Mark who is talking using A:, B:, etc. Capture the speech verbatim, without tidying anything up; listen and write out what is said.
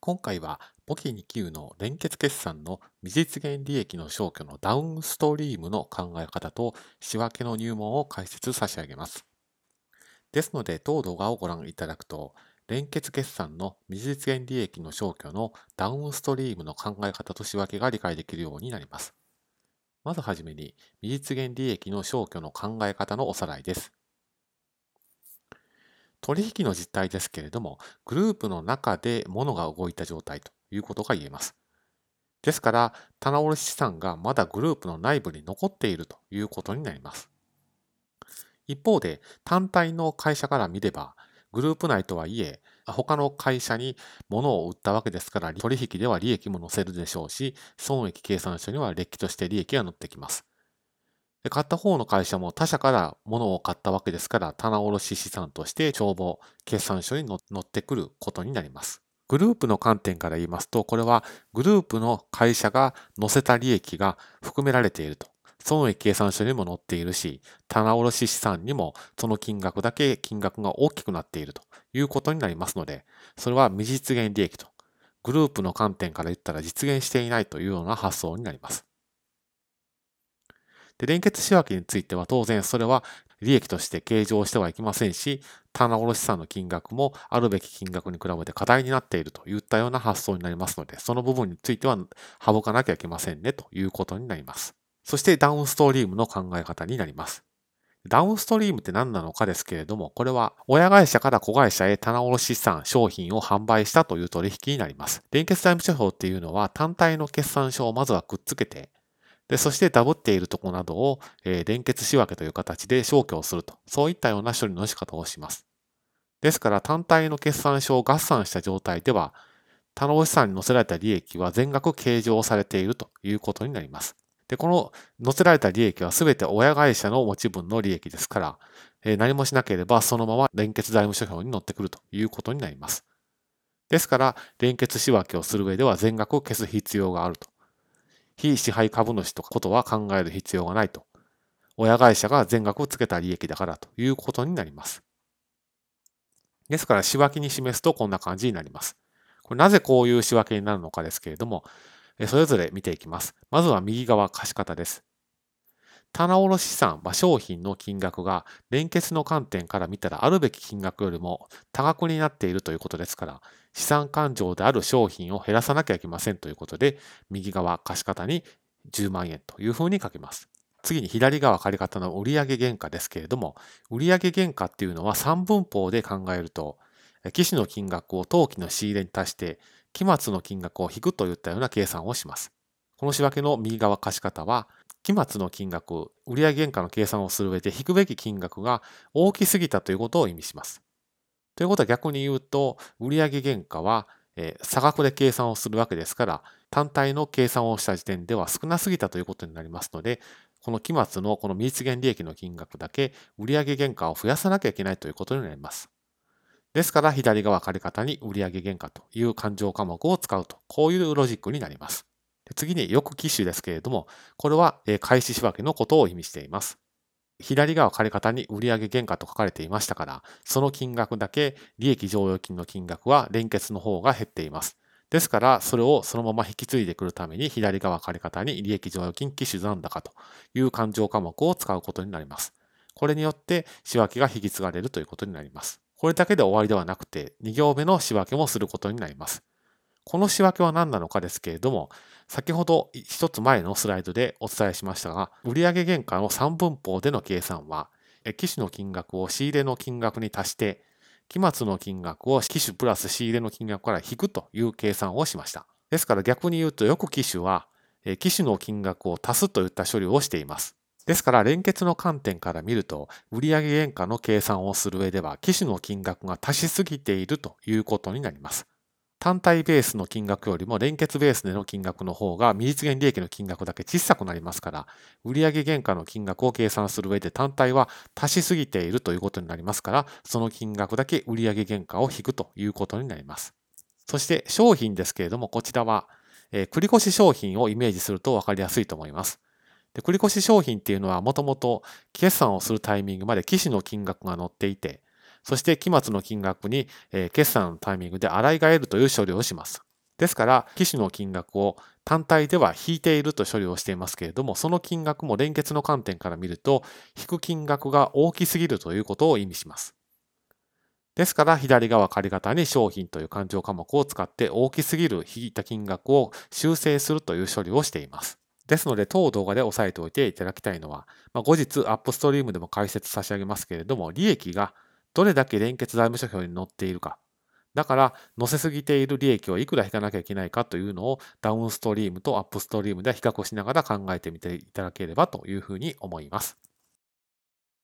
A: 今回は簿記に級の連結決算の未実現利益の消去のダウンストリームの考え方と仕分けの入門を解説差し上げます。ですので、当動画をご覧いただくと、連結決算の未実現利益の消去のダウンストリームの考え方と仕分けが理解できるようになります。まずはじめに、未実現利益の消去の考え方のおさらいです。取引の実態ですけれども、グループの中で物が動いた状態ということが言えます。ですから、棚卸資産がまだグループの内部に残っているということになります。一方で、単体の会社から見れば、グループ内とはいえ、他の会社に物を売ったわけですから、取引では利益も載せるでしょうし、損益計算書にはれっきとして利益が載ってきます。で買った方の会社も他社から物を買ったわけですから、棚卸資産として帳簿、決算書に載ってくることになります。グループの観点から言いますと、これはグループの会社が載せた利益が含められていると。損益計算書にも載っているし、棚卸資産にもその金額だけ金額が大きくなっているということになりますので、それは未実現利益と。グループの観点から言ったら実現していないというような発想になります。で、連結仕分けについては当然それは利益として計上してはいけませんし、棚卸資産の金額もあるべき金額に比べて過大になっているといったような発想になりますので、その部分については省かなきゃいけませんねということになります。そしてダウンストリームの考え方になります。ダウンストリームって何なのかですけれども、これは親会社から子会社へ棚卸資産、商品を販売したという取引になります。連結財務諸表っていうのは単体の決算書をまずはくっつけて、で、そしてダブっているところなどを、えー連結仕分けという形で消去をすると、そういったような処理の仕方をします。ですから単体の決算書を合算した状態では、棚卸資産に載せられた利益は全額計上されているということになります。で、この載せられた利益はすべて親会社の持ち分の利益ですから、えー何もしなければそのまま連結財務諸表に載ってくるということになります。ですから、連結仕分けをする上では全額を消す必要があると。非支配株主とことは考える必要がないと。親会社が全額をつけた利益だからということになります。ですから仕分けに示すとこんな感じになります。これなぜこういう仕分けになるのかですけれども、それぞれ見ていきます。まずは右側貸方です。棚卸資産、商品の金額が連結の観点から見たらあるべき金額よりも多額になっているということですから、資産勘定である商品を減らさなきゃいけませんということで、右側貸方にじゅうまんえんというふうに書けます。次に左側借方の売上原価ですけれども、売上原価っていうのはさんぶん法で考えると、期首の金額を当期の仕入れに足して、期末の金額を引くといったような計算をします。この仕分けの右側貸方は、期末の金額、売上原価の計算をする上で引くべき金額が大きすぎたということを意味します。ということは逆に言うと、売上原価は、えー差額で計算をするわけですから、単体の計算をした時点では少なすぎたということになりますので、この期末のこの未実現利益の金額だけ売上原価を増やさなきゃいけないということになります。ですから、左側借方に売上原価という勘定科目を使うと、こういうロジックになります。次に、翌期首ですけれども、これは開始仕分けのことを意味しています。左側借方に売上原価と書かれていましたから、その金額だけ利益剰余金の金額は連結の方が減っています。ですから、それをそのまま引き継いでくるために、左側借方に利益剰余金期首残高という勘定科目を使うことになります。これによって仕分けが引き継がれるということになります。これだけで終わりではなくて、に行目の仕分けもすることになります。この仕分けは何なのかですけれども、先ほど一つ前のスライドでお伝えしましたが、売上原価のさんぶん法での計算は、期首の金額を仕入れの金額に足して、期末の金額を期首プラス仕入れの金額から引くという計算をしました。ですから逆に言うと、翌期首は、期首の金額を足すといった処理をしています。ですから、連結の観点から見ると、売上原価の計算をする上では、期首の金額が足しすぎているということになります。単体ベースの金額よりも連結ベースでの金額の方が未実現利益の金額だけ小さくなりますから、売上原価の金額を計算する上で単体は足しすぎているということになりますから、その金額だけ売上原価を引くということになります。そして商品ですけれども、こちらは、えー繰越商品をイメージすると分かりやすいと思います。で繰越商品っていうのはもともと決算をするタイミングまで期首の金額が載っていて、そして期末の金額に、えー決算のタイミングで洗い替えるという処理をします。 ですから、機種の金額を単体では引いていると処理をしていますけれども、その金額も連結の観点から見ると、引く金額が大きすぎるということを意味します。ですから、左側仮型に商品という勘定科目を使って大きすぎる引いた金額を修正するという処理をしています。ですので、当動画で押さえておいていただきたいのは、まあ、後日アップストリームでも解説差し上げますけれども、利益がどれだけ連結財務諸表に載っているか、だから、載せすぎている利益をいくら引かなきゃいけないかというのをダウンストリームとアップストリームで比較しながら考えてみていただければというふうに思います。